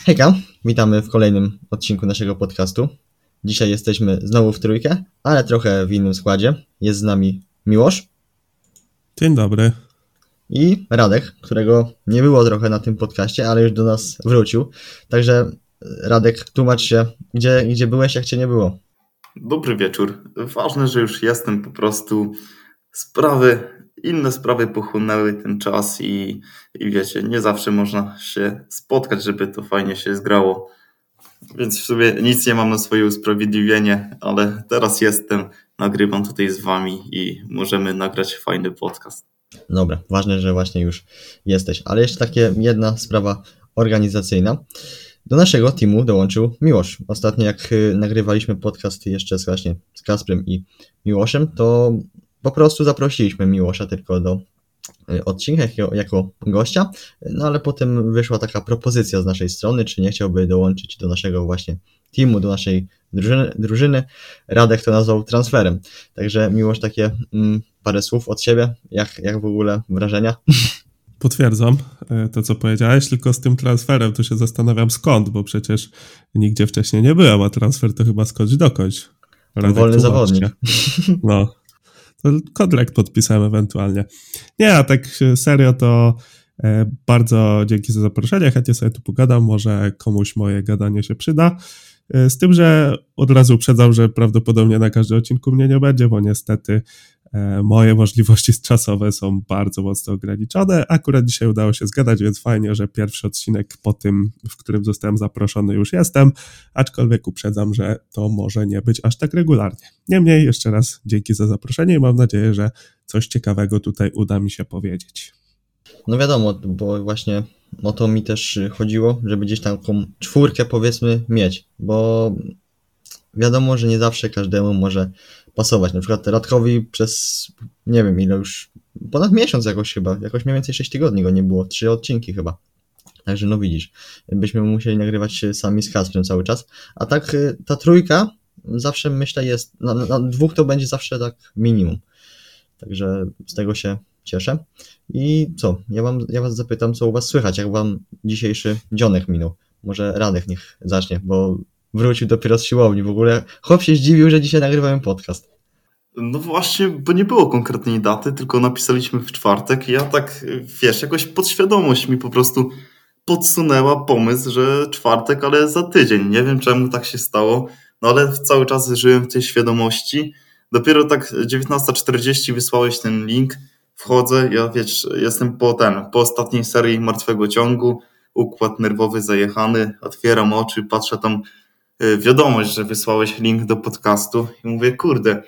Hejka, witamy w kolejnym odcinku naszego podcastu. Dzisiaj jesteśmy znowu w trójkę, ale trochę w innym składzie. Jest z nami Miłosz Dzień dobry. i Radek, którego nie było trochę na tym podcaście, ale już do nas wrócił. Także Radek, tłumacz się, gdzie byłeś, jak cię nie było. Dobry wieczór. Ważne, że już jestem, po prostu inne sprawy pochłonęły ten czas i wiecie, nie zawsze można się spotkać, żeby to fajnie się zgrało. Więc w sumie nic nie mam na swoje usprawiedliwienie, ale teraz jestem, nagrywam tutaj z wami i możemy nagrać fajny podcast. Dobra, ważne, że właśnie już jesteś, ale jeszcze jedna sprawa organizacyjna. Do naszego teamu dołączył Miłosz. Ostatnio jak nagrywaliśmy podcast jeszcze właśnie z Kasprem i Miłoszem, to po prostu zaprosiliśmy Miłosza tylko do odcinka jako gościa, no ale potem wyszła taka propozycja z naszej strony, czy nie chciałby dołączyć do naszego właśnie teamu, do naszej drużyny. Radek to nazwał transferem. Także Miłosz, takie parę słów od siebie, jak w ogóle wrażenia? Potwierdzam to, co powiedziałeś, tylko z tym transferem to się zastanawiam skąd, bo przecież nigdzie wcześniej nie byłem, a transfer to chyba skądś dokądś. Wolny zawodnik. No, to kontrakt podpisałem ewentualnie. Nie, a tak serio to bardzo dzięki za zaproszenie, chętnie sobie tu pogadam, może komuś moje gadanie się przyda. Z tym, że od razu uprzedzam, że prawdopodobnie na każdym odcinku mnie nie będzie, bo niestety moje możliwości czasowe są bardzo mocno ograniczone. Akurat dzisiaj udało się zgadać, więc fajnie, że pierwszy odcinek po tym, w którym zostałem zaproszony, już jestem, aczkolwiek uprzedzam, że to może nie być aż tak regularnie. Niemniej jeszcze raz dzięki za zaproszenie i mam nadzieję, że coś ciekawego tutaj uda mi się powiedzieć. No wiadomo, bo właśnie o to mi też chodziło, żeby gdzieś taką czwórkę powiedzmy mieć, bo wiadomo, że nie zawsze każdemu może pasować. Na przykład Radkowi przez, nie wiem ile już, ponad miesiąc jakoś mniej więcej 6 tygodni go nie było, 3 odcinki chyba. Także no widzisz, byśmy musieli nagrywać sami z Kasprem cały czas, a tak ta trójka zawsze myślę jest, na dwóch to będzie zawsze tak minimum. Także z tego się cieszę. I co? Ja was zapytam, co u was słychać, jak wam dzisiejszy dzionek minął. Może Radek niech zacznie, bo wrócił dopiero z siłowni. W ogóle chłop się zdziwił, że dzisiaj nagrywamy podcast. No właśnie, bo nie było konkretnej daty, tylko napisaliśmy w czwartek i ja tak, wiesz, jakoś podświadomość mi po prostu podsunęła pomysł, że czwartek, ale za tydzień. Nie wiem czemu tak się stało, no ale cały czas żyłem w tej świadomości. Dopiero tak 19:40 wysłałeś ten link, wchodzę, ja wiesz, jestem po ostatniej serii Martwego Ciągu, układ nerwowy zajechany, otwieram oczy, patrzę tam wiadomość, że wysłałeś link do podcastu i mówię, kurde,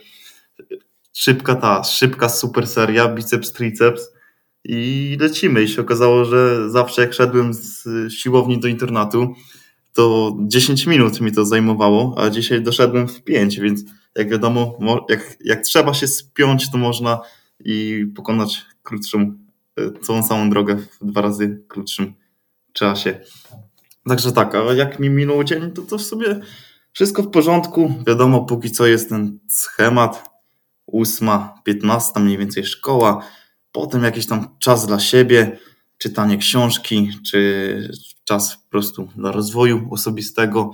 szybka super seria, biceps, triceps i lecimy. I się okazało, że zawsze jak szedłem z siłowni do internatu, to 10 minut mi to zajmowało, a dzisiaj doszedłem w 5, więc jak wiadomo, jak trzeba się spiąć, to można i pokonać całą samą drogę w 2 razy krótszym czasie. Także tak, a jak mi minął dzień, to w sobie wszystko w porządku. Wiadomo, póki co jest ten schemat, 8:15 mniej więcej szkoła, potem jakiś tam czas dla siebie, czytanie książki, czy czas po prostu dla rozwoju osobistego.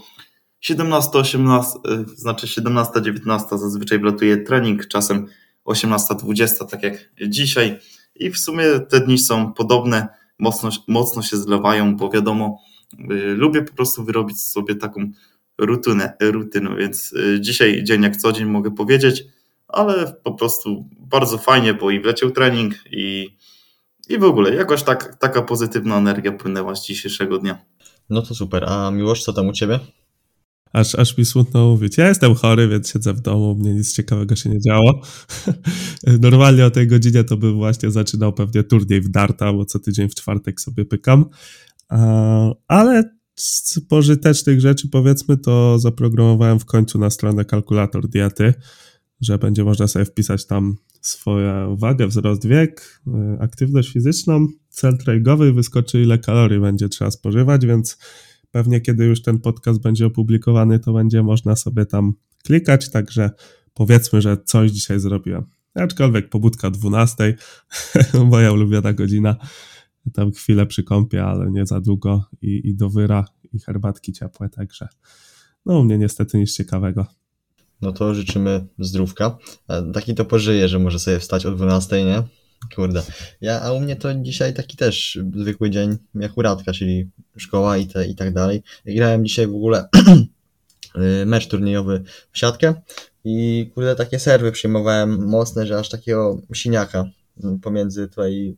17:19 zazwyczaj wlatuje trening, czasem 18:20, tak jak dzisiaj. I w sumie te dni są podobne, mocno się zlewają, bo wiadomo, lubię po prostu wyrobić sobie taką rutynę, więc dzisiaj dzień jak co dzień mogę powiedzieć, ale po prostu bardzo fajnie, bo i wleciał trening i w ogóle jakoś taka pozytywna energia płynęła z dzisiejszego dnia. No to super, a Miłosz, co tam u ciebie? Aż mi smutno mówić. Ja jestem chory, więc siedzę w domu, mnie nic ciekawego się nie działo. Normalnie o tej godzinie to bym właśnie zaczynał pewnie turniej w darta, bo co tydzień w czwartek sobie pykam. Ale z pożytecznych rzeczy, powiedzmy, to zaprogramowałem w końcu na stronę kalkulator diety, że będzie można sobie wpisać tam swoją wagę, wzrost, wiek, aktywność fizyczną, cel treningowy, wyskoczy ile kalorii będzie trzeba spożywać, więc pewnie kiedy już ten podcast będzie opublikowany, to będzie można sobie tam klikać, także powiedzmy, że coś dzisiaj zrobiłem. Aczkolwiek pobudka 12, moja ulubiona godzina, tam chwilę przy kąpie, ale nie za długo i do wyra i herbatki ciepłe, także no u mnie niestety nic ciekawego. No to życzymy zdrówka. Taki to pożyje, że może sobie wstać o 12, nie? Kurde. A u mnie to dzisiaj taki też zwykły dzień jak u Radka, czyli szkoła i tak dalej. Grałem dzisiaj w ogóle mecz turniejowy w siatkę i kurde takie serwy przyjmowałem mocne, że aż takiego siniaka pomiędzy tutaj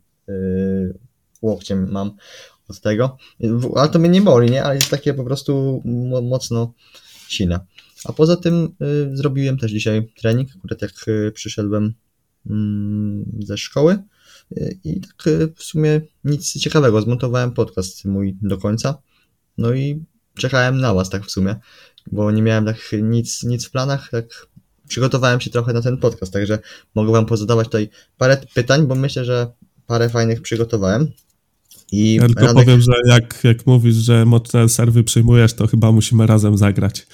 łokciem mam od tego. Ale to mnie nie boli, nie? Ale jest takie po prostu mocno sine. A poza tym zrobiłem też dzisiaj trening, akurat jak przyszedłem ze szkoły i tak w sumie nic ciekawego, zmontowałem podcast mój do końca, no i czekałem na was tak w sumie, bo nie miałem tak nic w planach, tak przygotowałem się trochę na ten podcast, także mogę wam pozadawać tutaj parę pytań, bo myślę, że parę fajnych przygotowałem. I ja tylko powiem, że jak mówisz, że mocne serwy przyjmujesz, to chyba musimy razem zagrać.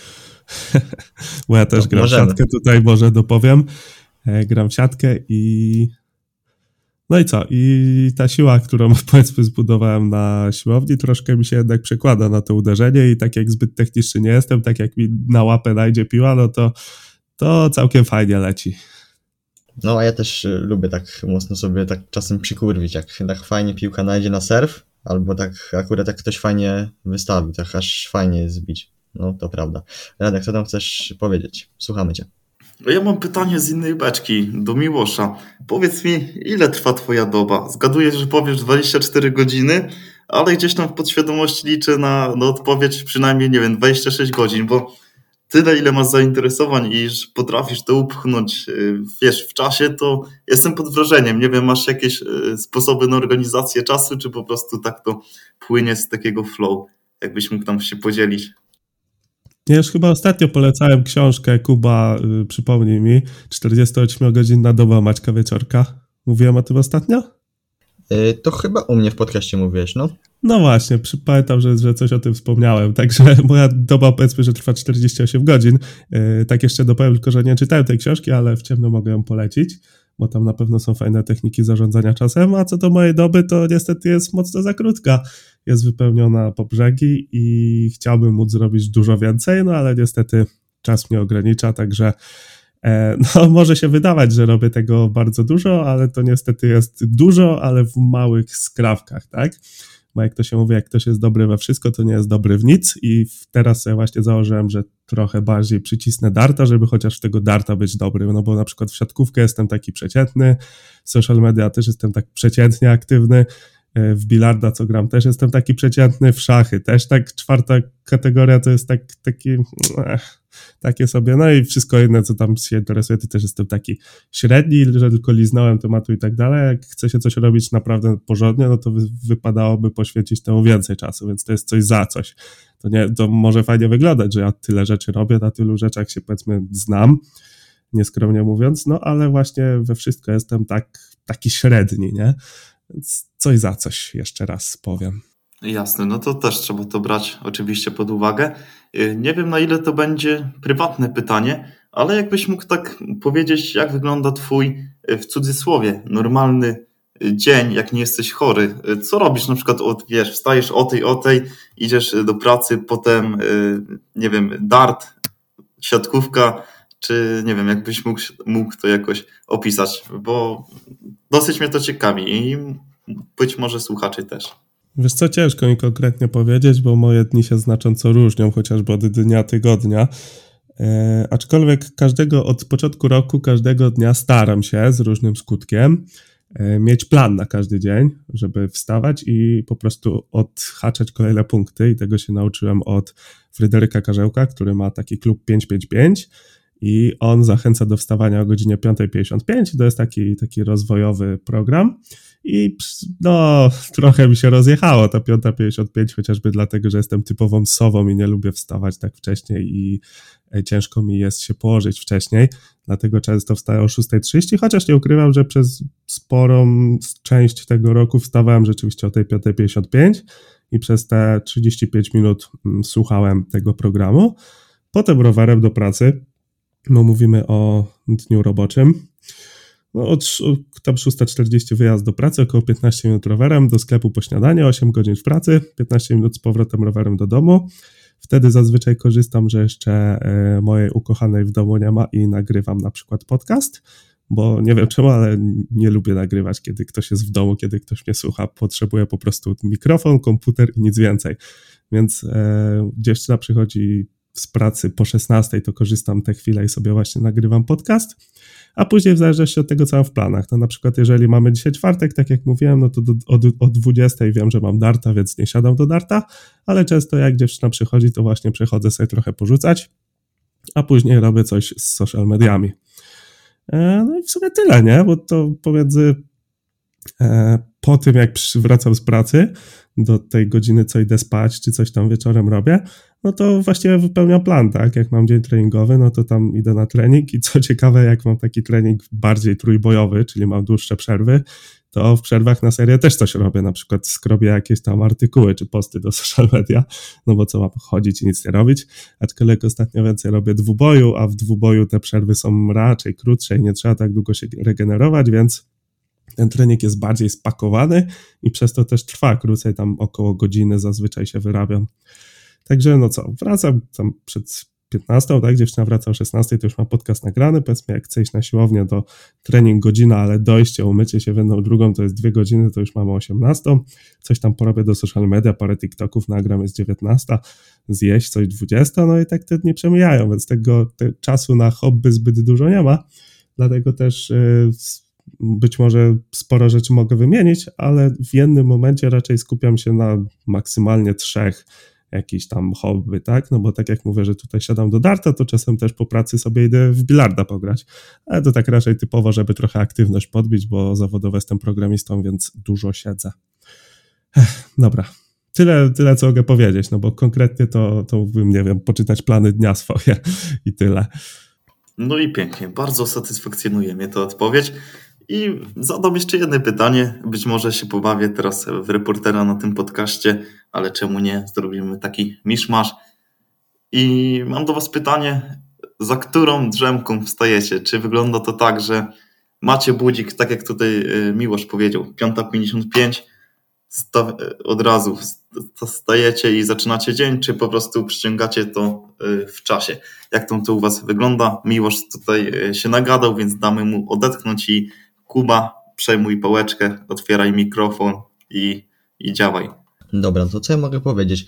Bo ja też gram w siatkę, tutaj może dopowiem. Gram w siatkę i no i co? I ta siła, którą powiedzmy zbudowałem na siłowni, troszkę mi się jednak przekłada na to uderzenie i tak jak zbyt techniczny nie jestem, tak jak mi na łapę najdzie piła, no to całkiem fajnie leci. No a ja też lubię tak mocno sobie tak czasem przykurwić, jak tak fajnie piłka najdzie na serw, albo tak akurat jak ktoś fajnie wystawi, tak aż fajnie jest zbić. No to prawda. Radek, co tam chcesz powiedzieć? Słuchamy cię. Ja mam pytanie z innej beczki, do Miłosza. Powiedz mi, ile trwa twoja doba? Zgaduję, że powiesz 24 godziny, ale gdzieś tam w podświadomości liczę na odpowiedź przynajmniej, nie wiem, 26 godzin, bo tyle, ile masz zainteresowań i że potrafisz to upchnąć, wiesz, w czasie, to jestem pod wrażeniem. Nie wiem, masz jakieś sposoby na organizację czasu, czy po prostu tak to płynie z takiego flow? Jakbyś mógł tam się podzielić. Ja już chyba ostatnio polecałem książkę, Kuba, przypomnij mi, 48-godzinna doba Maćka Wieczorka. Mówiłem o tym ostatnio? To chyba u mnie w podcaście mówiłeś, no. No właśnie, pamiętam, że coś o tym wspomniałem, także moja doba powiedzmy, że trwa 48 godzin. Tak jeszcze dopowiem, tylko że nie czytałem tej książki, ale w ciemno mogę ją polecić, bo tam na pewno są fajne techniki zarządzania czasem, a co do mojej doby, to niestety jest mocno za krótka. Jest wypełniona po brzegi i chciałbym móc zrobić dużo więcej, no ale niestety czas mnie ogranicza, także no może się wydawać, że robię tego bardzo dużo, ale to niestety jest dużo, ale w małych skrawkach, tak? Bo jak to się mówi, jak ktoś jest dobry we wszystko, to nie jest dobry w nic i teraz sobie właśnie założyłem, że trochę bardziej przycisnę darta, żeby chociaż w tego darta być dobry, no bo na przykład w siatkówkę jestem taki przeciętny, w social media też jestem tak przeciętnie aktywny, w bilarda, co gram, też jestem taki przeciętny, w szachy też tak, czwarta kategoria to jest takie sobie, no i wszystko inne, co tam się interesuje, to też jestem taki średni, że tylko liznąłem tematu i tak dalej. Jak chce się coś robić naprawdę porządnie, no to wypadałoby poświęcić temu więcej czasu, więc to jest coś za coś. To może fajnie wyglądać, że ja tyle rzeczy robię, na tylu rzeczach się powiedzmy znam, nieskromnie mówiąc, no ale właśnie we wszystko jestem taki średni, nie? Więc coś za coś, jeszcze raz powiem. Jasne, no to też trzeba to brać oczywiście pod uwagę. Nie wiem, na ile to będzie prywatne pytanie, ale jakbyś mógł tak powiedzieć, jak wygląda twój, w cudzysłowie, normalny dzień, jak nie jesteś chory. Co robisz na przykład, wstajesz o tej, idziesz do pracy, potem, nie wiem, dart, siatkówka, czy nie wiem, jakbyś mógł to jakoś opisać, bo dosyć mnie to ciekawi i być może słuchacze też. Wiesz co, ciężko mi konkretnie powiedzieć, bo moje dni się znacząco różnią, chociażby od dnia tygodnia. Aczkolwiek od początku roku, każdego dnia staram się z różnym skutkiem mieć plan na każdy dzień, żeby wstawać i po prostu odhaczać kolejne punkty i tego się nauczyłem od Fryderyka Karzełka, który ma taki klub 555 i on zachęca do wstawania o godzinie 5:55 i to jest taki rozwojowy program. I no, trochę mi się rozjechało ta 5:55, chociażby dlatego, że jestem typową sową i nie lubię wstawać tak wcześniej i ciężko mi jest się położyć wcześniej, dlatego często wstaję o 6:30, chociaż nie ukrywam, że przez sporą część tego roku wstawałem rzeczywiście o tej 5:55 i przez te 35 minut słuchałem tego programu. Potem rowerem do pracy, bo mówimy o dniu roboczym. No, tam 6:40 wyjazd do pracy, około 15 minut rowerem, do sklepu po śniadanie, 8 godzin w pracy, 15 minut z powrotem rowerem do domu. Wtedy zazwyczaj korzystam, że jeszcze mojej ukochanej w domu nie ma i nagrywam na przykład podcast, bo nie wiem czemu, ale nie lubię nagrywać, kiedy ktoś jest w domu, kiedy ktoś mnie słucha. Potrzebuję po prostu mikrofon, komputer i nic więcej. Więc dziewczyna przychodzi z pracy po 16:00, to korzystam tę chwilę i sobie właśnie nagrywam podcast, a później w zależności od tego, co mam w planach. No na przykład jeżeli mamy dzisiaj czwartek, tak jak mówiłem, no to od 20:00 wiem, że mam darta, więc nie siadam do darta, ale często jak dziewczyna przychodzi, to właśnie przechodzę sobie trochę porzucać, a później robię coś z social mediami. No i w sumie tyle, nie? Bo to pomiędzy po tym, jak wracam z pracy do tej godziny, co idę spać, czy coś tam wieczorem robię, no to właściwie wypełniam plan, tak? Jak mam dzień treningowy, no to tam idę na trening i co ciekawe, jak mam taki trening bardziej trójbojowy, czyli mam dłuższe przerwy, to w przerwach na serię też coś robię, na przykład skrobię jakieś tam artykuły czy posty do social media, no bo co mam chodzić i nic nie robić, aczkolwiek ostatnio więcej robię dwuboju, a w dwuboju te przerwy są raczej krótsze i nie trzeba tak długo się regenerować, więc ten trening jest bardziej spakowany i przez to też trwa krócej, tam około godziny zazwyczaj się wyrabiam. Także no co, wracam tam przed 15:00, tak, dziewczyna wraca o 16:00, to już mam podcast nagrany, powiedzmy jak chcę iść na siłownię, to trening godzina, ale dojście, umycie się w jedną, drugą, to jest 2 godziny, to już mamy 18:00, coś tam porobię do social media, parę TikToków nagram, jest 19:00, zjeść coś 20:00, no i tak te dni przemijają, więc tego czasu na hobby zbyt dużo nie ma, dlatego też być może sporo rzeczy mogę wymienić, ale w jednym momencie raczej skupiam się na maksymalnie 3 jakiś tam hobby, tak? No bo tak jak mówię, że tutaj siadam do darta, to czasem też po pracy sobie idę w bilarda pograć, ale to tak raczej typowo, żeby trochę aktywność podbić, bo zawodowo jestem programistą, więc dużo siedzę. Dobra, tyle co mogę powiedzieć, no bo konkretnie to mógłbym, nie wiem, poczytać plany dnia swoje i tyle. No i pięknie, bardzo satysfakcjonuje mnie ta odpowiedź. I zadam jeszcze jedno pytanie, być może się pobawię teraz w reportera na tym podcaście, ale czemu nie, zrobimy taki miszmasz. I mam do was pytanie, za którą drzemką wstajecie? Czy wygląda to tak, że macie budzik, tak jak tutaj Miłosz powiedział, 5:55, od razu wstajecie i zaczynacie dzień, czy po prostu przyciągacie to w czasie? Jak to u was wygląda? Miłosz tutaj się nagadał, więc damy mu odetchnąć i Kuba, przejmuj pałeczkę, otwieraj mikrofon i działaj. Dobra, to co ja mogę powiedzieć?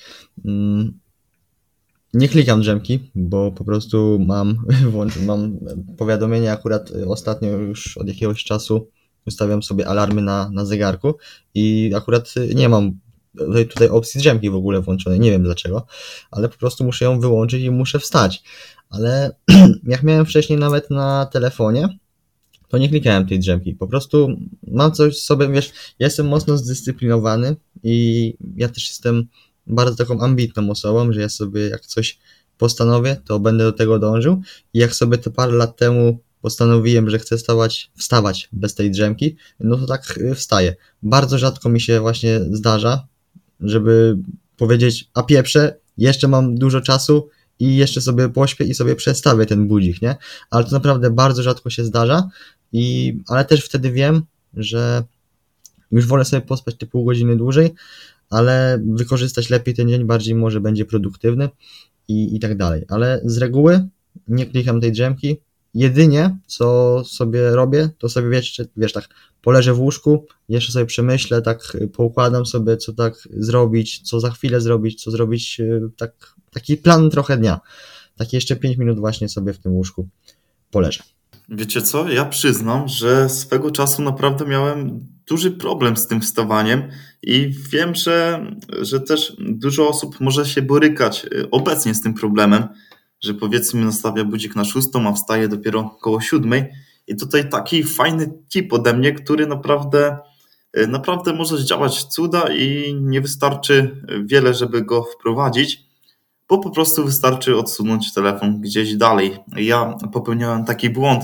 Nie klikam drzemki, bo po prostu mam powiadomienie, akurat ostatnio już od jakiegoś czasu ustawiam sobie alarmy na zegarku i akurat nie mam tutaj opcji drzemki w ogóle włączonej, nie wiem dlaczego, ale po prostu muszę ją wyłączyć i muszę wstać. Ale jak miałem wcześniej nawet na telefonie, to nie klikałem tej drzemki, po prostu mam coś sobie, wiesz, ja jestem mocno zdyscyplinowany i ja też jestem bardzo taką ambitną osobą, że ja sobie jak coś postanowię, to będę do tego dążył i jak sobie to parę lat temu postanowiłem, że chcę wstawać bez tej drzemki, no to tak wstaję. Bardzo rzadko mi się właśnie zdarza, żeby powiedzieć, a pieprze, jeszcze mam dużo czasu i jeszcze sobie pośpię i sobie przestawię ten budzik, nie? Ale to naprawdę bardzo rzadko się zdarza, ale też wtedy wiem, że już wolę sobie pospać te pół godziny dłużej, ale wykorzystać lepiej ten dzień, bardziej może będzie produktywny i tak dalej. Ale z reguły nie klikam tej drzemki. Jedynie co sobie robię, to sobie wiesz tak, poleżę w łóżku, jeszcze sobie przemyślę, tak poukładam sobie, co tak zrobić, co za chwilę zrobić, co zrobić, taki plan trochę dnia. Takie jeszcze 5 minut właśnie sobie w tym łóżku poleżę. Wiecie co, ja przyznam, że swego czasu naprawdę miałem duży problem z tym wstawaniem i wiem, że też dużo osób może się borykać obecnie z tym problemem, że powiedzmy nastawia budzik na 6, a wstaje dopiero koło 7. I tutaj taki fajny tip ode mnie, który naprawdę może zdziałać cuda i nie wystarczy wiele, żeby go wprowadzić, bo po prostu wystarczy odsunąć telefon gdzieś dalej. Ja popełniałem taki błąd,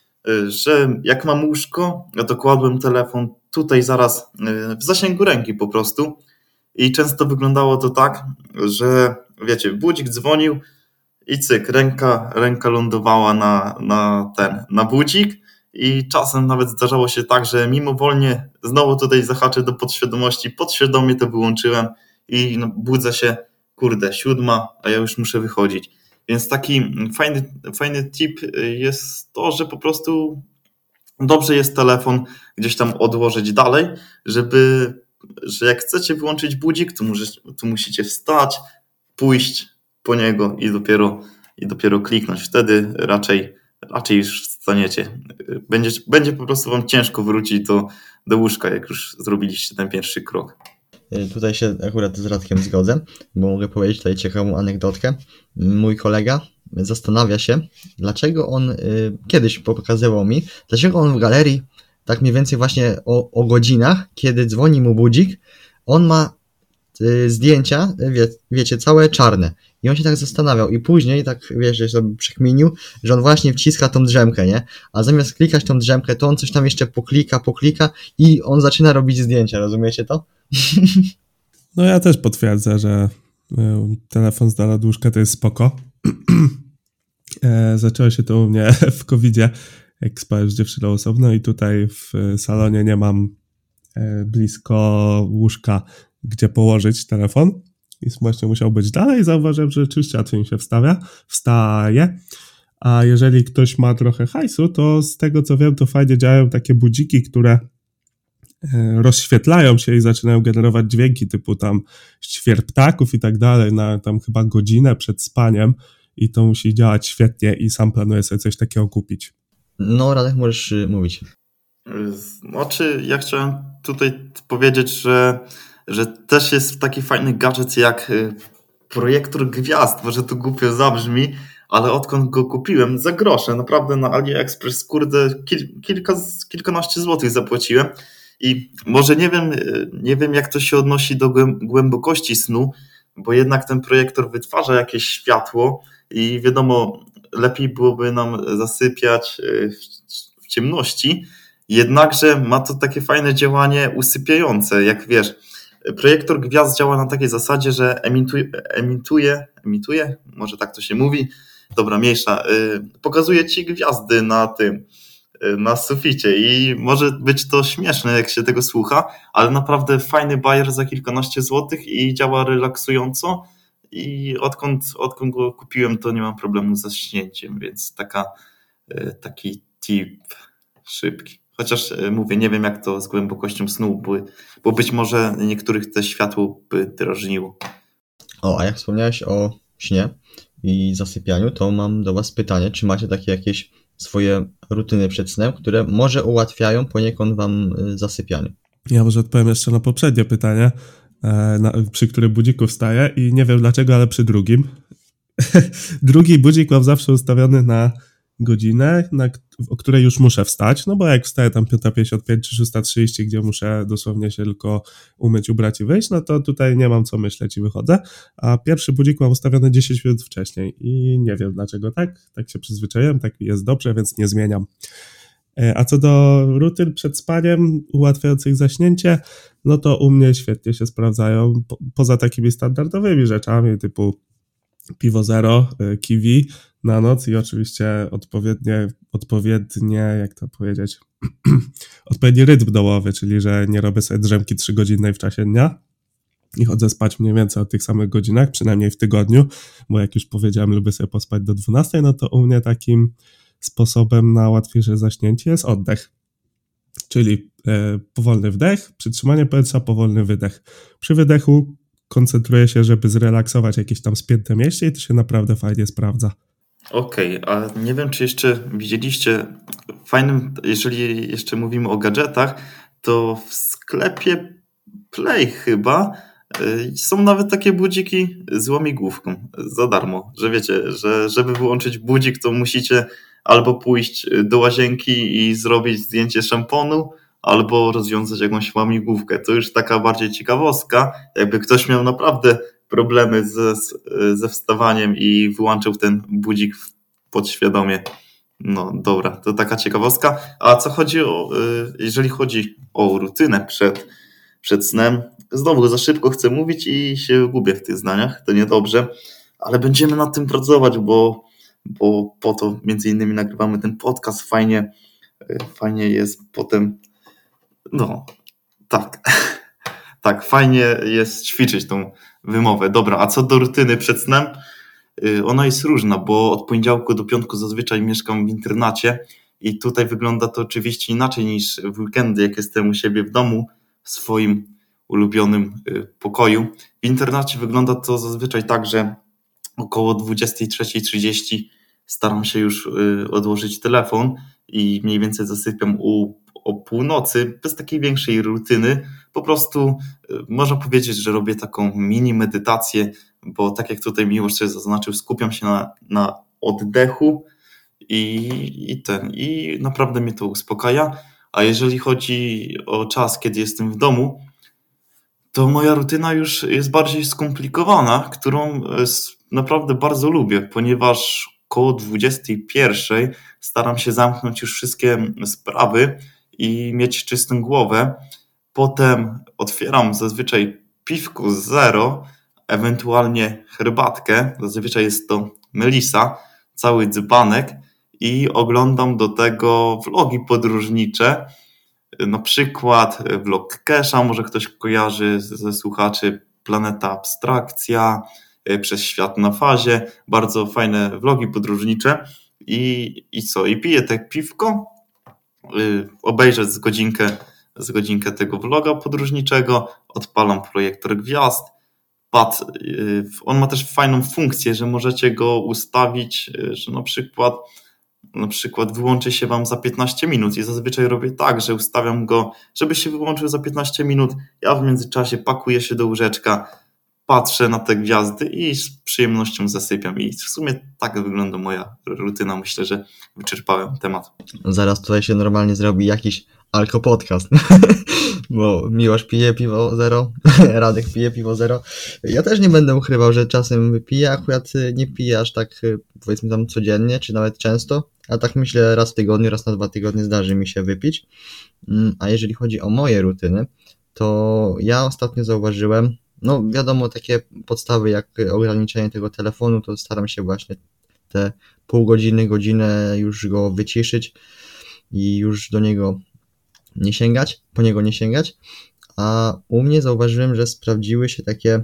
że jak mam łóżko, ja to kładłem telefon tutaj zaraz w zasięgu ręki po prostu i często wyglądało to tak, że wiecie, budzik dzwonił i cyk, ręka lądowała na budzik i czasem nawet zdarzało się tak, że mimowolnie znowu tutaj zahaczę do podświadomości, podświadomie to wyłączyłem i no, budzę się, 7, a ja już muszę wychodzić. Więc taki fajny tip jest to, że po prostu dobrze jest telefon gdzieś tam odłożyć dalej, że jak chcecie wyłączyć budzik, to musicie wstać, pójść po niego i dopiero kliknąć. Wtedy raczej już wstaniecie. Będzie po prostu wam ciężko wrócić do łóżka, jak już zrobiliście ten pierwszy krok. Tutaj się akurat z Radkiem zgodzę, bo mogę powiedzieć tutaj ciekawą anegdotkę. Mój kolega zastanawia się, dlaczego on kiedyś pokazywał mi, dlaczego on w galerii tak mniej więcej właśnie o godzinach, kiedy dzwoni mu budzik, on ma zdjęcia, wiecie, całe czarne. I on się tak zastanawiał i później tak, że sobie przekminił, że on właśnie wciska tą drzemkę, nie? A zamiast klikać tą drzemkę, to on coś tam jeszcze poklika i on zaczyna robić zdjęcia, rozumiecie to? No ja też potwierdzę, że telefon z dala od łóżka to jest spoko. Zaczęło się to u mnie w COVID-zie, jak spałem z dziewczyną osobno i tutaj w salonie nie mam blisko łóżka, gdzie położyć telefon i właśnie musiał być dalej. Zauważyłem, że rzeczywiście łatwiej mi się wstaje. A jeżeli ktoś ma trochę hajsu, to z tego co wiem, to fajnie działają takie budziki, które rozświetlają się i zaczynają generować dźwięki typu tam świer ptaków i tak dalej na tam chyba godzinę przed spaniem i to musi działać świetnie i sam planuję sobie coś takiego kupić. No, Radek, możesz mówić. Znaczy, ja chciałem tutaj powiedzieć, że też jest taki fajny gadżet jak projektor gwiazd, może to głupio zabrzmi, ale odkąd go kupiłem za grosze, naprawdę na AliExpress, kilkanaście złotych zapłaciłem i może nie wiem jak to się odnosi do głębokości snu, bo jednak ten projektor wytwarza jakieś światło i wiadomo, lepiej byłoby nam zasypiać w ciemności, jednakże ma to takie fajne działanie usypiające, jak wiesz, projektor gwiazd działa na takiej zasadzie, że emituje, może tak to się mówi, dobra, mniejsza, pokazuje ci gwiazdy na suficie i może być to śmieszne, jak się tego słucha, ale naprawdę fajny bajer za kilkanaście złotych i działa relaksująco i odkąd go kupiłem, to nie mam problemu z zaśnięciem, więc taki tip szybki. Chociaż mówię, nie wiem jak to z głębokością snu, bo być może niektórych te światło by drażniło. A jak wspomniałeś o śnie i zasypianiu, to mam do was pytanie, czy macie takie jakieś swoje rutyny przed snem, które może ułatwiają poniekąd wam zasypianie? Ja może odpowiem jeszcze na poprzednie pytanie, przy którym budziku wstaję i nie wiem dlaczego, ale przy drugim. Drugi budzik mam zawsze ustawiony na godzinę, o której już muszę wstać, no bo jak wstaję tam 5:55 czy 6:30, gdzie muszę dosłownie się tylko umyć, ubrać i wyjść, no to tutaj nie mam co myśleć i wychodzę, a pierwszy budzik mam ustawiony 10 minut wcześniej i nie wiem dlaczego tak się przyzwyczaiłem, tak jest dobrze, więc nie zmieniam. A co do rutyn przed spaniem ułatwiających zaśnięcie, no to u mnie świetnie się sprawdzają, poza takimi standardowymi rzeczami typu piwo zero, kiwi na noc i oczywiście odpowiednie, jak to powiedzieć, odpowiedni rytm domowy, czyli że nie robię sobie drzemki 3-godzinnej w czasie dnia i chodzę spać mniej więcej o tych samych godzinach, przynajmniej w tygodniu, bo jak już powiedziałem, lubię sobie pospać do 12, no to u mnie takim sposobem na łatwiejsze zaśnięcie jest oddech, czyli powolny wdech, przytrzymanie powietrza, powolny wydech. Przy wydechu koncentruję się, żeby zrelaksować jakieś tam spięte mięśnie i to się naprawdę fajnie sprawdza. Okej, a nie wiem, czy jeszcze widzieliście fajnym, jeżeli jeszcze mówimy o gadżetach, to w sklepie Play chyba są nawet takie budziki z łamigłówką za darmo, że wiecie, że żeby wyłączyć budzik, to musicie albo pójść do łazienki i zrobić zdjęcie szamponu, albo rozwiązać jakąś łamigłówkę. To już taka bardziej ciekawostka, jakby ktoś miał naprawdę problemy ze wstawaniem i wyłączył ten budzik podświadomie. No dobra, to taka ciekawostka. A co chodzi jeżeli chodzi o rutynę przed snem, znowu za szybko chcę mówić i się gubię w tych zdaniach, to niedobrze, ale będziemy nad tym pracować, bo po to między innymi nagrywamy ten podcast, fajnie Fajnie jest potem, no tak, tak, fajnie jest ćwiczyć tą wymowę. Dobra, a co do rutyny przed snem? Ona jest różna, bo od poniedziałku do piątku zazwyczaj mieszkam w internacie i tutaj wygląda to oczywiście inaczej niż w weekendy, jak jestem u siebie w domu, w swoim ulubionym pokoju. W internacie wygląda to zazwyczaj tak, że około 23:30 staram się już odłożyć telefon i mniej więcej zasypiam o północy, bez takiej większej rutyny. Po prostu można powiedzieć, że robię taką mini medytację, bo tak jak tutaj Miłosz sobie zaznaczył, skupiam się na oddechu i naprawdę mnie to uspokaja. A jeżeli chodzi o czas, kiedy jestem w domu, to moja rutyna już jest bardziej skomplikowana, którą naprawdę bardzo lubię, ponieważ koło 21:00 staram się zamknąć już wszystkie sprawy i mieć czystą głowę. Potem otwieram zazwyczaj piwko zero, ewentualnie herbatkę, zazwyczaj jest to Melisa, cały dzbanek i oglądam do tego vlogi podróżnicze, na przykład vlog Kesha, może ktoś kojarzy ze słuchaczy, Planeta Abstrakcja, Przez świat na fazie, bardzo fajne vlogi podróżnicze i co? I piję te piwko, obejrzę z godzinkę tego vloga podróżniczego, odpalam projektor gwiazd, on ma też fajną funkcję, że możecie go ustawić, że na przykład wyłączy się wam za 15 minut i zazwyczaj robię tak, że ustawiam go, żeby się wyłączył za 15 minut, ja w międzyczasie pakuję się do łóżeczka, patrzę na te gwiazdy i z przyjemnością zasypiam i w sumie tak wygląda moja rutyna, myślę, że wyczerpałem temat. Zaraz tutaj się normalnie zrobi jakiś alkopodcast, bo Miłosz pije piwo zero, Radek pije piwo zero. Ja też nie będę ukrywał, że czasem wypiję, akurat nie piję aż tak, powiedzmy tam codziennie, czy nawet często, a tak myślę raz w tygodniu, raz na 2 tygodnie zdarzy mi się wypić. A jeżeli chodzi o moje rutyny, to ja ostatnio zauważyłem, no wiadomo, takie podstawy jak ograniczenie tego telefonu, to staram się właśnie te pół godziny, godzinę już go wyciszyć i już do niego nie sięgać, po niego nie sięgać, a u mnie zauważyłem, że sprawdziły się takie,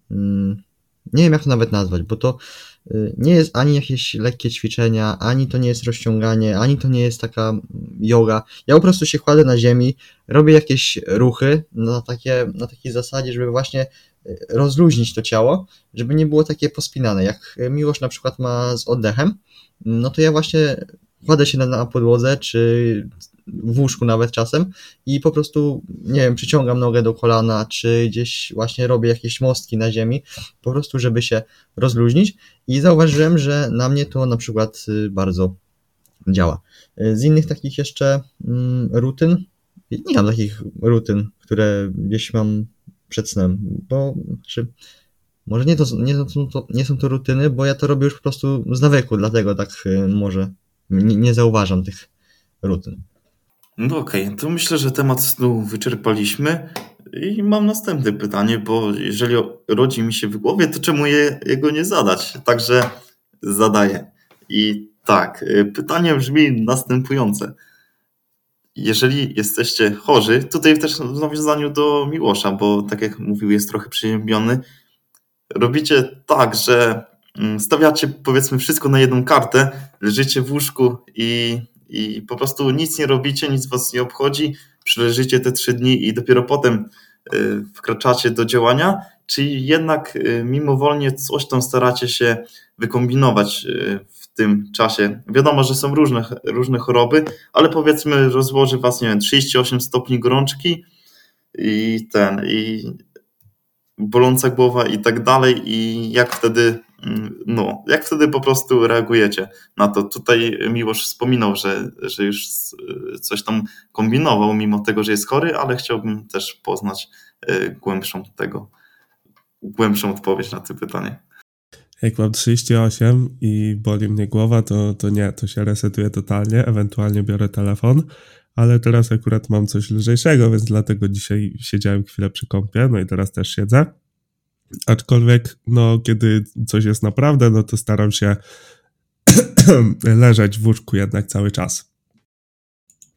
nie wiem jak to nawet nazwać, bo to nie jest ani jakieś lekkie ćwiczenia, ani to nie jest rozciąganie, ani to nie jest taka joga. Ja po prostu się kładę na ziemi, robię jakieś ruchy na takiej zasadzie, żeby właśnie rozluźnić to ciało, żeby nie było takie pospinane. Jak Miłosz na przykład ma z oddechem, no to ja właśnie kładę się na podłodze, czy w łóżku nawet czasem i po prostu, nie wiem, przyciągam nogę do kolana, czy gdzieś właśnie robię jakieś mostki na ziemi, po prostu, żeby się rozluźnić i zauważyłem, że na mnie to na przykład bardzo działa. Z innych takich jeszcze rutyn, nie mam takich rutyn, które gdzieś mam przed snem, bo może nie są to rutyny, bo ja to robię już po prostu z nawyku, dlatego tak może nie zauważam tych rutyn. No okej, to myślę, że temat snu wyczerpaliśmy i mam następne pytanie, bo jeżeli rodzi mi się w głowie, to czemu jego nie zadać? Także zadaję. I tak, pytanie brzmi następujące. Jeżeli jesteście chorzy, tutaj też w nawiązaniu do Miłosza, bo tak jak mówił, jest trochę przyziemiony, robicie tak, że stawiacie powiedzmy wszystko na jedną kartę, leżycie w łóżku i po prostu nic nie robicie, nic was nie obchodzi, przeleżycie te 3 dni i dopiero potem wkraczacie do działania, czy jednak mimowolnie coś tam staracie się wykombinować w tym czasie? Wiadomo, że są różne choroby, ale powiedzmy rozłoży was, nie wiem, 38 stopni gorączki i boląca głowa i tak dalej i jak wtedy po prostu reagujecie na to. Tutaj Miłosz wspominał, że już coś tam kombinował mimo tego, że jest chory, ale chciałbym też poznać głębszą odpowiedź na to pytanie. Jak mam 38 i boli mnie głowa, to nie, to się resetuje totalnie, ewentualnie biorę telefon, ale teraz akurat mam coś lżejszego, więc dlatego dzisiaj siedziałem chwilę przy kąpie, no i teraz też siedzę. Aczkolwiek, no, kiedy coś jest naprawdę, no to staram się leżeć w łóżku jednak cały czas.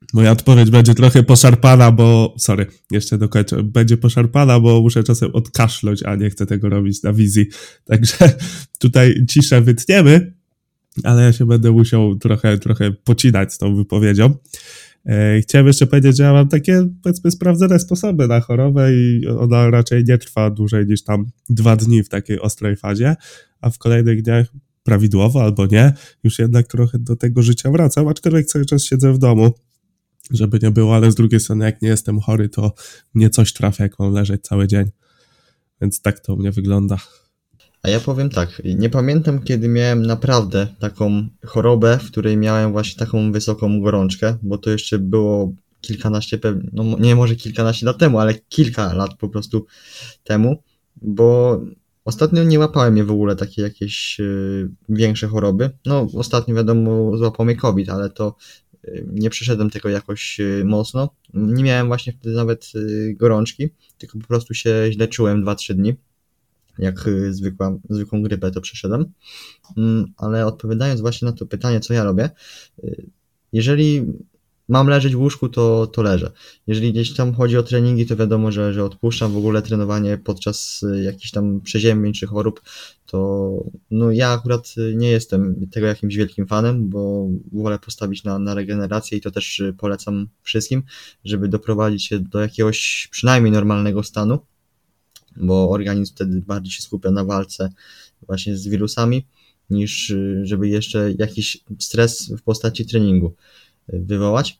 Moja odpowiedź będzie trochę poszarpana, jeszcze dokończę. Będzie poszarpana, bo muszę czasem odkaszleć, a nie chcę tego robić na wizji. Także tutaj ciszę wytniemy, ale ja się będę musiał trochę pocinać z tą wypowiedzią. Chciałem jeszcze powiedzieć, że ja mam takie, powiedzmy, sprawdzone sposoby na chorobę i ona raczej nie trwa dłużej niż tam 2 dni w takiej ostrej fazie, a w kolejnych dniach prawidłowo albo nie, już jednak trochę do tego życia wracam, aczkolwiek cały czas siedzę w domu, żeby nie było, ale z drugiej strony jak nie jestem chory, to mnie coś trafia, jak mam leżeć cały dzień, więc tak to u mnie wygląda. A ja powiem tak, nie pamiętam kiedy miałem naprawdę taką chorobę, w której miałem właśnie taką wysoką gorączkę, bo to jeszcze było kilkanaście, no nie może kilkanaście lat temu, ale kilka lat po prostu temu, bo ostatnio nie łapały mnie w ogóle takie jakieś większe choroby. No ostatnio wiadomo złapał mnie COVID, ale to nie przeszedłem tego jakoś mocno. Nie miałem właśnie wtedy nawet gorączki, tylko po prostu się źle czułem 2-3 dni. Jak zwykłą grypę to przeszedłem. Ale odpowiadając właśnie na to pytanie, co ja robię, jeżeli mam leżeć w łóżku, to leżę. Jeżeli gdzieś tam chodzi o treningi, to wiadomo, że odpuszczam w ogóle trenowanie podczas jakichś tam przeziębień czy chorób, to no ja akurat nie jestem tego jakimś wielkim fanem, bo wolę postawić na regenerację i to też polecam wszystkim, żeby doprowadzić się do jakiegoś przynajmniej normalnego stanu, bo organizm wtedy bardziej się skupia na walce właśnie z wirusami, niż żeby jeszcze jakiś stres w postaci treningu wywołać.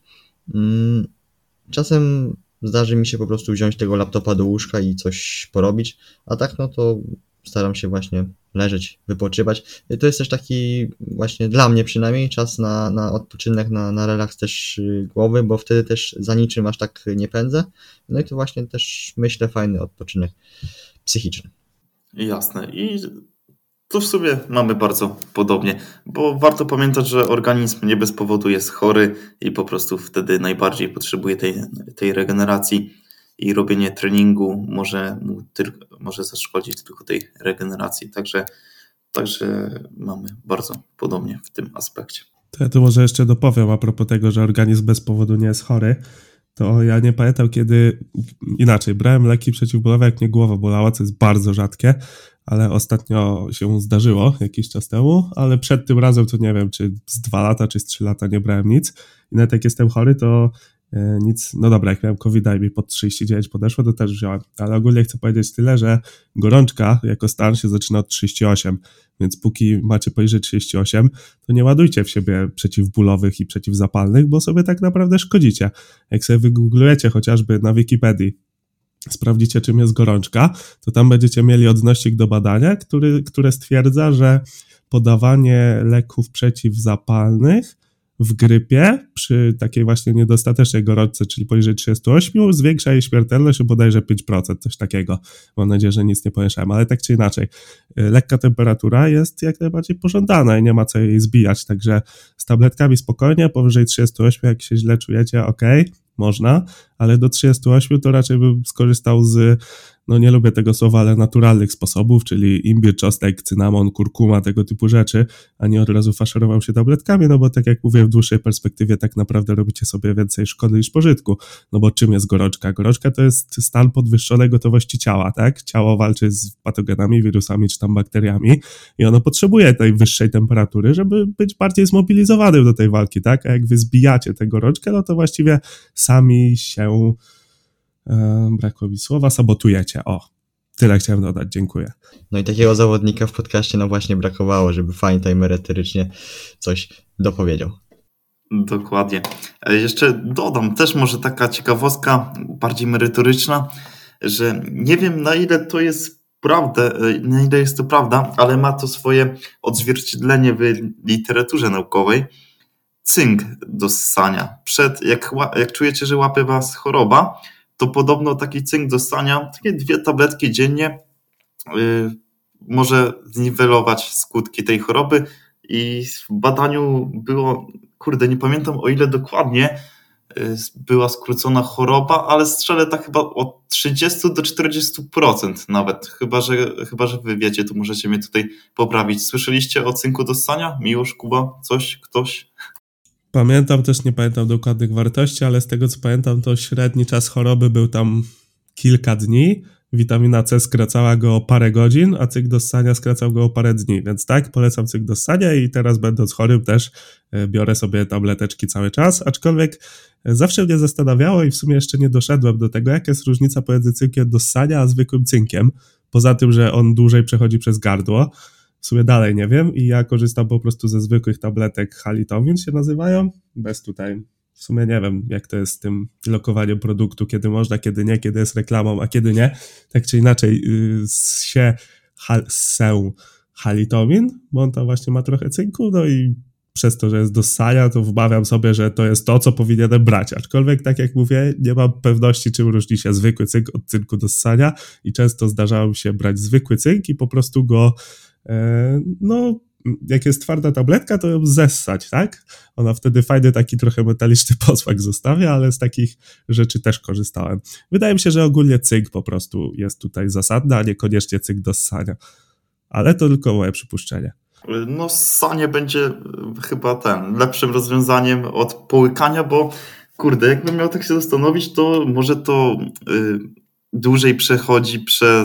Czasem zdarzy mi się po prostu wziąć tego laptopa do łóżka i coś porobić, a tak no to staram się właśnie leżeć, wypoczywać. To jest też taki właśnie dla mnie przynajmniej czas na odpoczynek, na relaks też głowy, bo wtedy też za niczym aż tak nie pędzę. No i to właśnie też myślę fajny odpoczynek psychiczny. Jasne. I tu w sumie mamy bardzo podobnie, bo warto pamiętać, że organizm nie bez powodu jest chory i po prostu wtedy najbardziej potrzebuje tej regeneracji i robienie treningu może zaszkodzić tylko tej regeneracji. Także mamy bardzo podobnie w tym aspekcie. To ja tu może jeszcze dopowiem a propos tego, że organizm bez powodu nie jest chory. To ja nie pamiętam inaczej, brałem leki przeciwbólowe, jak mnie głowa bolała, co jest bardzo rzadkie, ale ostatnio się zdarzyło jakiś czas temu, ale przed tym razem to nie wiem, czy z 2 lata, czy z 3 lata nie brałem nic i nawet jak jestem chory, to nic, no dobra, jak miałem COVID i mi pod 39 podeszło, to też wziąłem, ale ogólnie chcę powiedzieć tyle, że gorączka jako stan się zaczyna od 38, więc póki macie poniżej 38, to nie ładujcie w siebie przeciwbólowych i przeciwzapalnych, bo sobie tak naprawdę szkodzicie. Jak sobie wygooglujecie chociażby na Wikipedii, sprawdzicie czym jest gorączka, to tam będziecie mieli odnośnik do badania, które stwierdza, że podawanie leków przeciwzapalnych w grypie przy takiej właśnie niedostatecznej gorączce, czyli poniżej 38, zwiększa jej śmiertelność o bodajże 5%, coś takiego. Mam nadzieję, że nic nie pomieszałem, ale tak czy inaczej. Lekka temperatura jest jak najbardziej pożądana i nie ma co jej zbijać, także z tabletkami spokojnie, powyżej 38, jak się źle czujecie, można, ale do 38 to raczej bym skorzystał z, no nie lubię tego słowa, ale naturalnych sposobów, czyli imbir, czosnek, cynamon, kurkuma, tego typu rzeczy, a nie od razu faszerował się tabletkami, no bo tak jak mówię, w dłuższej perspektywie tak naprawdę robicie sobie więcej szkody niż pożytku, no bo czym jest gorączka? Gorączka to jest stan podwyższonej gotowości ciała, tak? Ciało walczy z patogenami, wirusami czy tam bakteriami i ono potrzebuje tej wyższej temperatury, żeby być bardziej zmobilizowanym do tej walki, tak? A jak wy zbijacie tę gorączkę, no to właściwie sami się brakło mi słowa, sabotujecie. Tyle chciałem dodać, dziękuję. No i takiego zawodnika w podcaście no właśnie brakowało, żeby fajnie tutaj merytorycznie coś dopowiedział. Dokładnie. Jeszcze dodam też może taka ciekawostka bardziej merytoryczna, że nie wiem na ile to jest prawda, ale ma to swoje odzwierciedlenie w literaturze naukowej. Cynk do ssania. Jak czujecie, że łapie was choroba, to podobno taki cynk do ssania, takie 2 tabletki dziennie może zniwelować skutki tej choroby i w badaniu było, nie pamiętam o ile dokładnie była skrócona choroba, ale strzelę tak chyba od 30 do 40% nawet, chyba że wy wiecie, to możecie mnie tutaj poprawić. Słyszeliście o cynku do ssania? Miłosz, Kuba, ktoś? Pamiętam też, nie pamiętam dokładnych wartości, ale z tego co pamiętam, to średni czas choroby był tam kilka dni. Witamina C skracała go o parę godzin, a cykl do ssania skracał go o parę dni, więc tak, polecam cykl do ssania i teraz będąc chorym też biorę sobie tableteczki cały czas, aczkolwiek zawsze mnie zastanawiało i w sumie jeszcze nie doszedłem do tego, jaka jest różnica pomiędzy cynkiem do ssania a zwykłym cynkiem, poza tym, że on dłużej przechodzi przez gardło. W sumie dalej nie wiem i ja korzystam po prostu ze zwykłych tabletek Halitowin się nazywają, bez tutaj, w sumie nie wiem jak to jest z tym lokowaniem produktu, kiedy można, kiedy nie, kiedy jest reklamą, a kiedy nie, tak czy inaczej się Halitowin, bo on tam właśnie ma trochę cynku, no i przez to, że jest do ssania, to wmawiam sobie, że to jest to, co powinienem brać, aczkolwiek tak jak mówię, nie mam pewności, czym różni się zwykły cynk od cynku do ssania i często zdarzało mi się brać zwykły cynk i po prostu go no, jak jest twarda tabletka, to ją zessać, tak? Ona wtedy fajny taki trochę metaliczny posmak zostawia, ale z takich rzeczy też korzystałem. Wydaje mi się, że ogólnie cynk po prostu jest tutaj zasadny, a niekoniecznie cynk do ssania. Ale to tylko moje przypuszczenie. No ssanie będzie chyba lepszym rozwiązaniem od połykania, bo kurde, jakbym miał tak się zastanowić, to może to dłużej przechodzi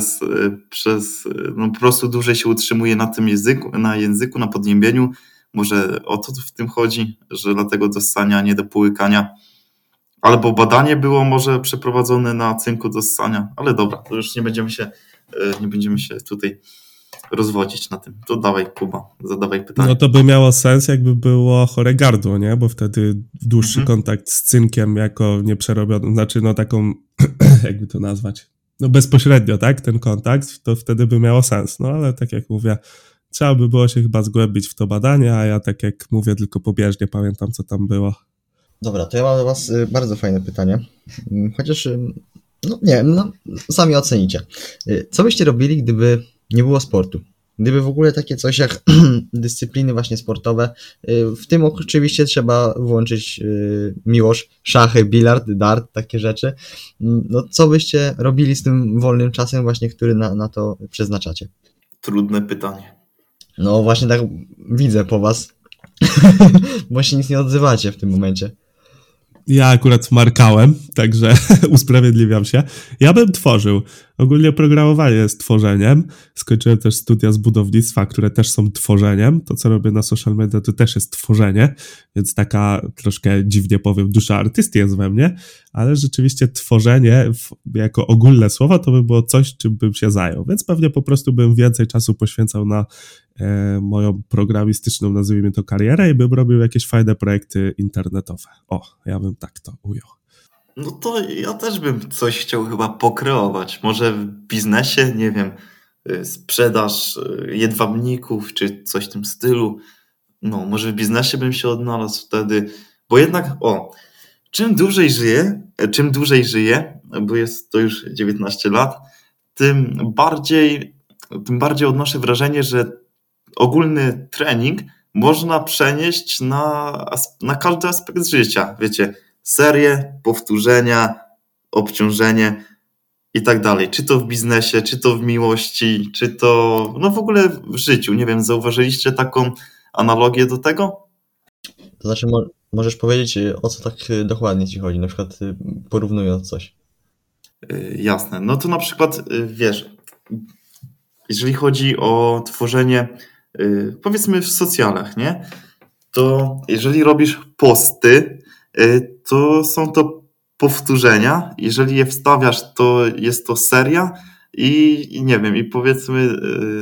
no po prostu dłużej się utrzymuje na tym języku, na podjębieniu. Może o to w tym chodzi, że dlatego do ssania, a nie do połykania. Albo badanie było może przeprowadzone na cynku do ssania, ale dobra, to już nie będziemy się tutaj rozwodzić na tym. To dawaj, Kuba, zadawaj pytanie. No to by miało sens, jakby było chore gardło, nie? Bo wtedy dłuższy kontakt z cynkiem jako nieprzerobiony, znaczy no taką, jakby to nazwać, no bezpośrednio, tak? Ten kontakt, to wtedy by miało sens. No ale tak jak mówię, trzeba by było się chyba zgłębić w to badanie, a ja tak jak mówię, tylko pobieżnie pamiętam, co tam było. Dobra, to ja mam do was bardzo fajne pytanie. Chociaż, no nie wiem, no sami ocenicie. Co byście robili, gdyby nie było sportu? Gdyby w ogóle takie coś jak dyscypliny właśnie sportowe, w tym oczywiście trzeba włączyć miłość, szachy, bilard, dart, takie rzeczy. No co byście robili z tym wolnym czasem właśnie, który na to przeznaczacie? Trudne pytanie. No właśnie tak widzę po was, bo się nic nie odzywacie w tym momencie. Ja akurat markałem, także usprawiedliwiam się. Ja bym tworzył. Ogólnie programowanie jest tworzeniem. Skończyłem też studia z budownictwa, które też są tworzeniem. To, co robię na social media, to też jest tworzenie, więc taka troszkę dziwnie powiem, dusza artysty jest we mnie, ale rzeczywiście tworzenie jako ogólne słowo to by było coś, czym bym się zajął, więc pewnie po prostu bym więcej czasu poświęcał na moją programistyczną, nazwijmy to, karierę i bym robił jakieś fajne projekty internetowe. O, ja bym tak to ujął. No to ja też bym coś chciał chyba pokreować. Może w biznesie, nie wiem, sprzedaż jedwabników czy coś w tym stylu. No, może w biznesie bym się odnalazł wtedy, bo jednak, czym dłużej żyję, bo jest to już 19 lat, tym bardziej odnoszę wrażenie, że ogólny trening można przenieść na każdy aspekt życia. Wiecie, serie, powtórzenia, obciążenie i tak dalej. Czy to w biznesie, czy to w miłości, czy to no w ogóle w życiu. Nie wiem, zauważyliście taką analogię do tego? To znaczy możesz powiedzieć, o co tak dokładnie ci chodzi, na przykład porównując coś. Jasne. No to na przykład, wiesz, jeżeli chodzi o tworzenie, powiedzmy w socjalach, nie? To jeżeli robisz posty, to są to powtórzenia. Jeżeli je wstawiasz, to jest to seria i nie wiem, i powiedzmy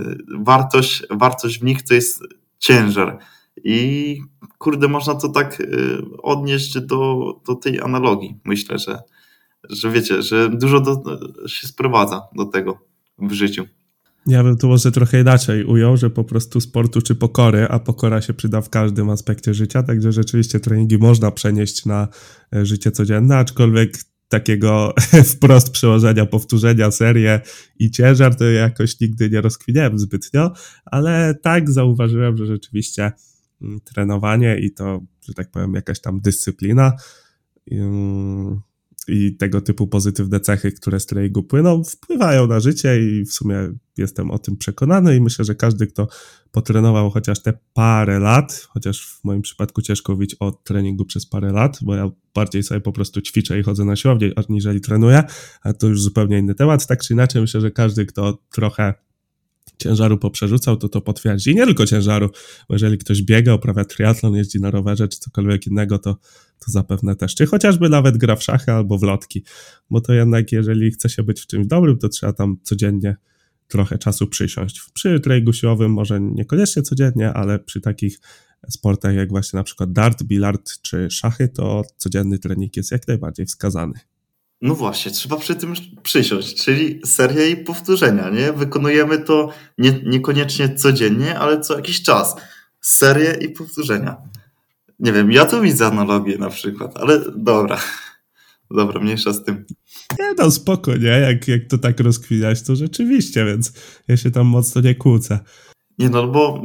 wartość w nich to jest ciężar. I kurde, można to tak odnieść do tej analogii. Myślę, że wiecie, że dużo się sprowadza do tego w życiu. Ja bym to może trochę inaczej ujął, że po prostu sportu czy pokory, a pokora się przyda w każdym aspekcie życia, także rzeczywiście treningi można przenieść na życie codzienne, aczkolwiek takiego wprost przełożenia, powtórzenia, serię i ciężar to jakoś nigdy nie rozkwiniałem zbytnio, ale tak zauważyłem, że rzeczywiście trenowanie i to, że tak powiem, jakaś tam dyscyplina i tego typu pozytywne cechy, które z treningu płyną, wpływają na życie i w sumie jestem o tym przekonany i myślę, że każdy, kto potrenował chociaż te parę lat, chociaż w moim przypadku ciężko mówić o treningu przez parę lat, bo ja bardziej sobie po prostu ćwiczę i chodzę na siłownię, aniżeli trenuję, a to już zupełnie inny temat. Tak czy inaczej myślę, że każdy, kto trochę ciężaru poprzerzucał, to potwierdzi. I nie tylko ciężaru, bo jeżeli ktoś biega, uprawia triatlon, jeździ na rowerze czy cokolwiek innego, to zapewne też. Czy chociażby nawet gra w szachy albo w lotki, bo to jednak jeżeli chce się być w czymś dobrym, to trzeba tam codziennie trochę czasu przysiąść. Przy treningu siłowym może niekoniecznie codziennie, ale przy takich sportach jak właśnie na przykład dart, bilard czy szachy, to codzienny trening jest jak najbardziej wskazany. No właśnie, trzeba przy tym przysiąść, czyli seria i powtórzenia, nie? Wykonujemy to niekoniecznie codziennie, ale co jakiś czas. Serię i powtórzenia. Nie wiem, ja tu widzę analogię na przykład, ale dobra, mniejsza z tym. Nie no, spoko, nie? Jak to tak rozkwiniać, to rzeczywiście, więc ja się tam mocno nie kłócę. Nie no,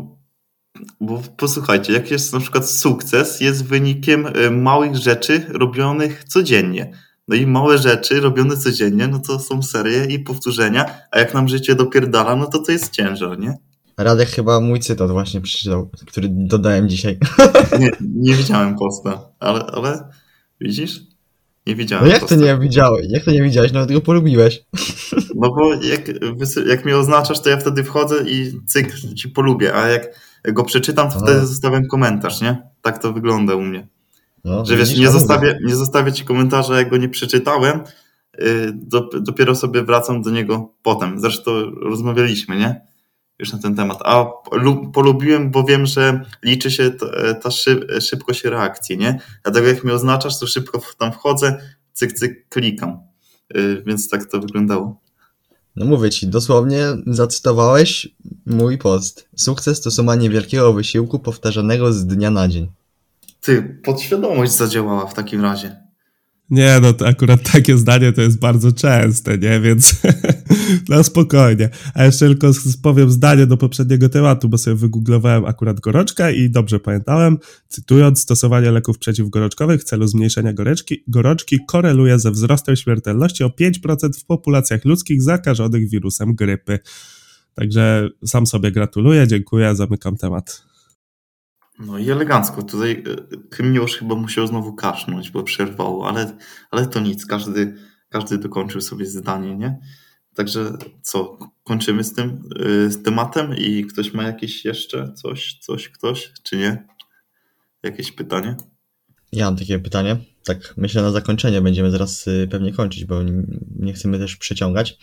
bo posłuchajcie, jak jest na przykład sukces, jest wynikiem małych rzeczy robionych codziennie. No i małe rzeczy robione codziennie, no to są serie i powtórzenia, a jak nam życie dopierdala, no to jest ciężar, nie? Radek chyba mój cytat właśnie przeczytał, który dodałem dzisiaj. Nie widziałem posta, ale widzisz? Nie widziałem No jak posta. to nie widziałeś? Jak to nie widziałeś? Nawet go polubiłeś. No bo jak mnie oznaczasz, to ja wtedy wchodzę i cyk, ci polubię, a jak go przeczytam, to wtedy zostawiam komentarz, nie? Tak to wygląda u mnie. No, że wiesz, widzisz, nie zostawię ci komentarza, jak go nie przeczytałem, dopiero sobie wracam do niego potem. Zresztą rozmawialiśmy, nie? Już na ten temat. A polubiłem, bo wiem, że liczy się ta szybkość reakcji, nie? Dlatego jak mnie oznaczasz, to szybko tam wchodzę, cyk, cyk, klikam. Więc tak to wyglądało. No mówię ci, dosłownie zacytowałeś mój post. Sukces to suma niewielkiego wysiłku powtarzanego z dnia na dzień. Ty, podświadomość zadziałała w takim razie. Nie, no to akurat takie zdanie to jest bardzo częste, nie? Więc no spokojnie. A jeszcze tylko powiem zdanie do poprzedniego tematu, bo sobie wygooglowałem akurat gorączkę i dobrze pamiętałem, cytując, stosowanie leków przeciwgorączkowych w celu zmniejszenia gorączki koreluje ze wzrostem śmiertelności o 5% w populacjach ludzkich zakażonych wirusem grypy. Także sam sobie gratuluję, dziękuję, zamykam temat. No i elegancko. Tutaj Miłosz chyba musiał znowu kasznąć, bo przerwało, ale to nic. Każdy dokończył sobie zdanie, nie? Także co? Kończymy z tym tematem i ktoś ma jakieś jeszcze ktoś, czy nie? Jakieś pytanie? Ja mam takie pytanie. Tak, myślę na zakończenie będziemy zaraz pewnie kończyć, bo nie chcemy też przeciągać.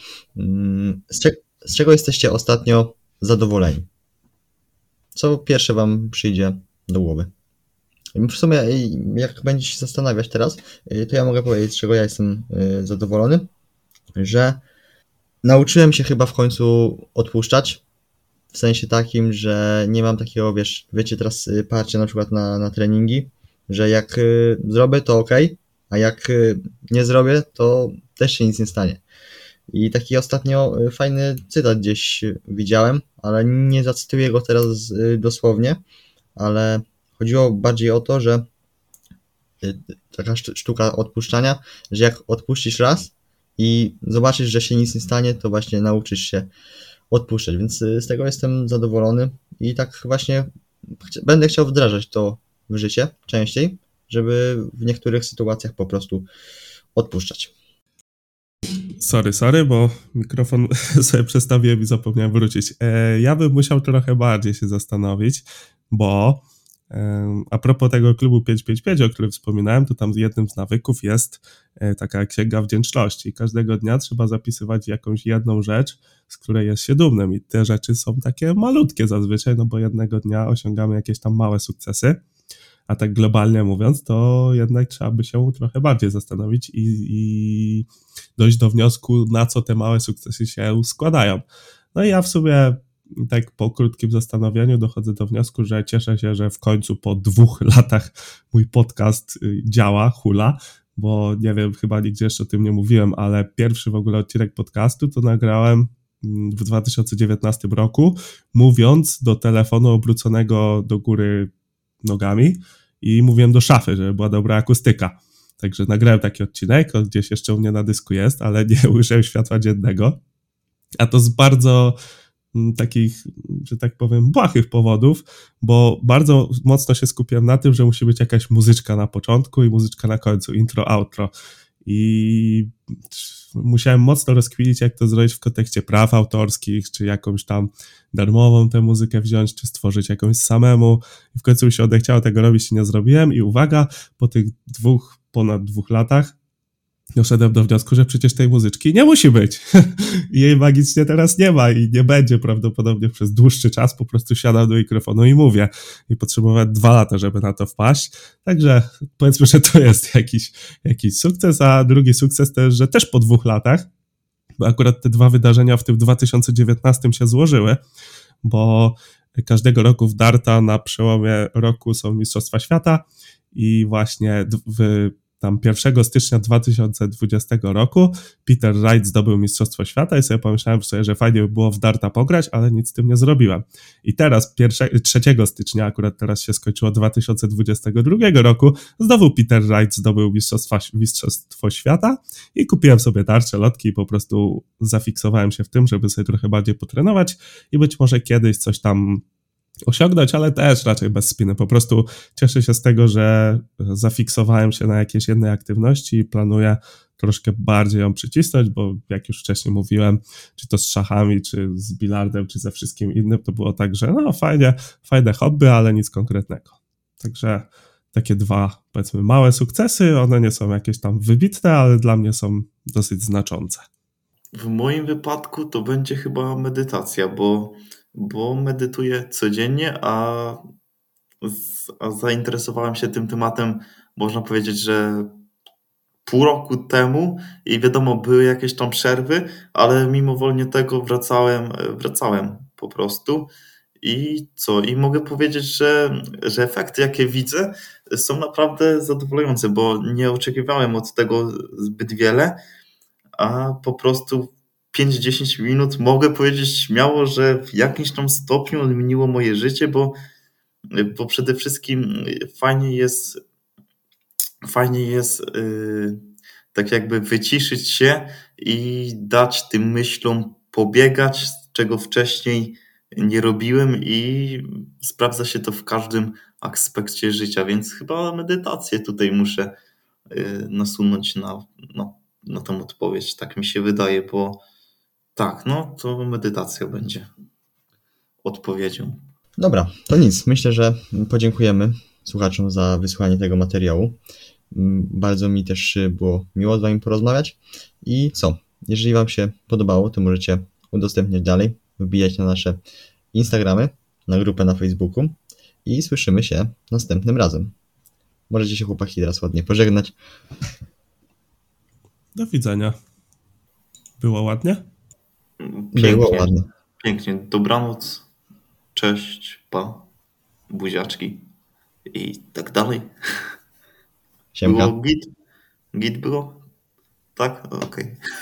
Z czego jesteście ostatnio zadowoleni? Co pierwsze wam przyjdzie do głowy? W sumie, jak będziecie się zastanawiać teraz, to ja mogę powiedzieć, z czego ja jestem zadowolony, że nauczyłem się chyba w końcu odpuszczać, w sensie takim, że nie mam takiego, wiecie, teraz patrzę na przykład na treningi, że jak zrobię, to ok, a jak nie zrobię, to też się nic nie stanie. I taki ostatnio fajny cytat gdzieś widziałem, ale nie zacytuję go teraz dosłownie, ale chodziło bardziej o to, że taka sztuka odpuszczania, że jak odpuścisz raz i zobaczysz, że się nic nie stanie, to właśnie nauczysz się odpuszczać, więc z tego jestem zadowolony i tak właśnie będę chciał wdrażać to w życie częściej, żeby w niektórych sytuacjach po prostu odpuszczać. Sorry, bo mikrofon sobie przestawiłem i zapomniałem wrócić. Ja bym musiał trochę bardziej się zastanowić, bo a propos tego klubu 555, o którym wspominałem, to tam jednym z nawyków jest taka księga wdzięczności. Każdego dnia trzeba zapisywać jakąś jedną rzecz, z której jest się dumnym i te rzeczy są takie malutkie zazwyczaj, no bo jednego dnia osiągamy jakieś tam małe sukcesy, a tak globalnie mówiąc, to jednak trzeba by się trochę bardziej zastanowić i dojść do wniosku, na co te małe sukcesy się składają. No i ja w sumie tak po krótkim zastanowieniu dochodzę do wniosku, że cieszę się, że w końcu po 2 latach mój podcast działa, hula, bo nie wiem, chyba nigdzie jeszcze o tym nie mówiłem, ale pierwszy w ogóle odcinek podcastu to nagrałem w 2019 roku, mówiąc do telefonu obróconego do góry nogami i mówiłem do szafy, żeby była dobra akustyka. Także nagrałem taki odcinek, on gdzieś jeszcze u mnie na dysku jest, ale nie ujrzałem światła dziennego. A to z bardzo takich, że tak powiem, błahych powodów, bo bardzo mocno się skupiłem na tym, że musi być jakaś muzyczka na początku i muzyczka na końcu, intro, outro. I musiałem mocno rozkminić, jak to zrobić w kontekście praw autorskich, czy jakąś tam darmową tę muzykę wziąć, czy stworzyć jakąś samemu. I w końcu mi się odechciało tego robić i nie zrobiłem. I uwaga, po tych ponad 2 latach doszedłem do wniosku, że przecież tej muzyczki nie musi być. I jej magicznie teraz nie ma i nie będzie prawdopodobnie przez dłuższy czas. Po prostu siadam do mikrofonu i mówię. I potrzebowałem 2 lata, żeby na to wpaść. Także powiedzmy, że to jest jakiś sukces, a drugi sukces też, że też po 2 latach, bo akurat te 2 wydarzenia w tym 2019 się złożyły, bo każdego roku w Darta na przełomie roku są Mistrzostwa Świata i właśnie tam 1 stycznia 2020 roku Peter Wright zdobył Mistrzostwo Świata i sobie pomyślałem sobie, że fajnie by było w Darta pograć, ale nic z tym nie zrobiłem. I teraz 3 stycznia, akurat teraz się skończyło 2022 roku, znowu Peter Wright zdobył Mistrzostwo Świata i kupiłem sobie tarcze, lotki i po prostu zafiksowałem się w tym, żeby sobie trochę bardziej potrenować i być może kiedyś coś tam osiągnąć, ale też raczej bez spiny. Po prostu cieszę się z tego, że zafiksowałem się na jakiejś jednej aktywności i planuję troszkę bardziej ją przycisnąć, bo jak już wcześniej mówiłem, czy to z szachami, czy z bilardem, czy ze wszystkim innym, to było tak, że no fajne hobby, ale nic konkretnego. Także takie 2, powiedzmy, małe sukcesy, one nie są jakieś tam wybitne, ale dla mnie są dosyć znaczące. W moim wypadku to będzie chyba medytacja, bo medytuję codziennie, a zainteresowałem się tym tematem, można powiedzieć, że pół roku temu i wiadomo, były jakieś tam przerwy, ale mimowolnie tego wracałem po prostu. I co? I mogę powiedzieć, że efekty, jakie widzę, są naprawdę zadowalające, bo nie oczekiwałem od tego zbyt wiele, a po prostu 5-10 minut mogę powiedzieć śmiało, że w jakimś tam stopniu odmieniło moje życie, bo przede wszystkim fajnie jest tak jakby wyciszyć się i dać tym myślom pobiegać, czego wcześniej nie robiłem i sprawdza się to w każdym aspekcie życia, więc chyba medytację tutaj muszę nasunąć na tą odpowiedź. Tak mi się wydaje, bo tak, no to medytacja będzie odpowiedzią. Dobra, to nic. Myślę, że podziękujemy słuchaczom za wysłuchanie tego materiału. Bardzo mi też było miło z wami porozmawiać. I co? Jeżeli wam się podobało, to możecie udostępniać dalej, wbijać na nasze Instagramy, na grupę na Facebooku i słyszymy się następnym razem. Możecie się, chłopaki, teraz ładnie pożegnać. Do widzenia. Było ładnie? Pięknie, Było ładnie. Pięknie. Dobranoc. Cześć, pa, buziaczki i tak dalej. Siemka. Było git? Git było? Tak? Okej.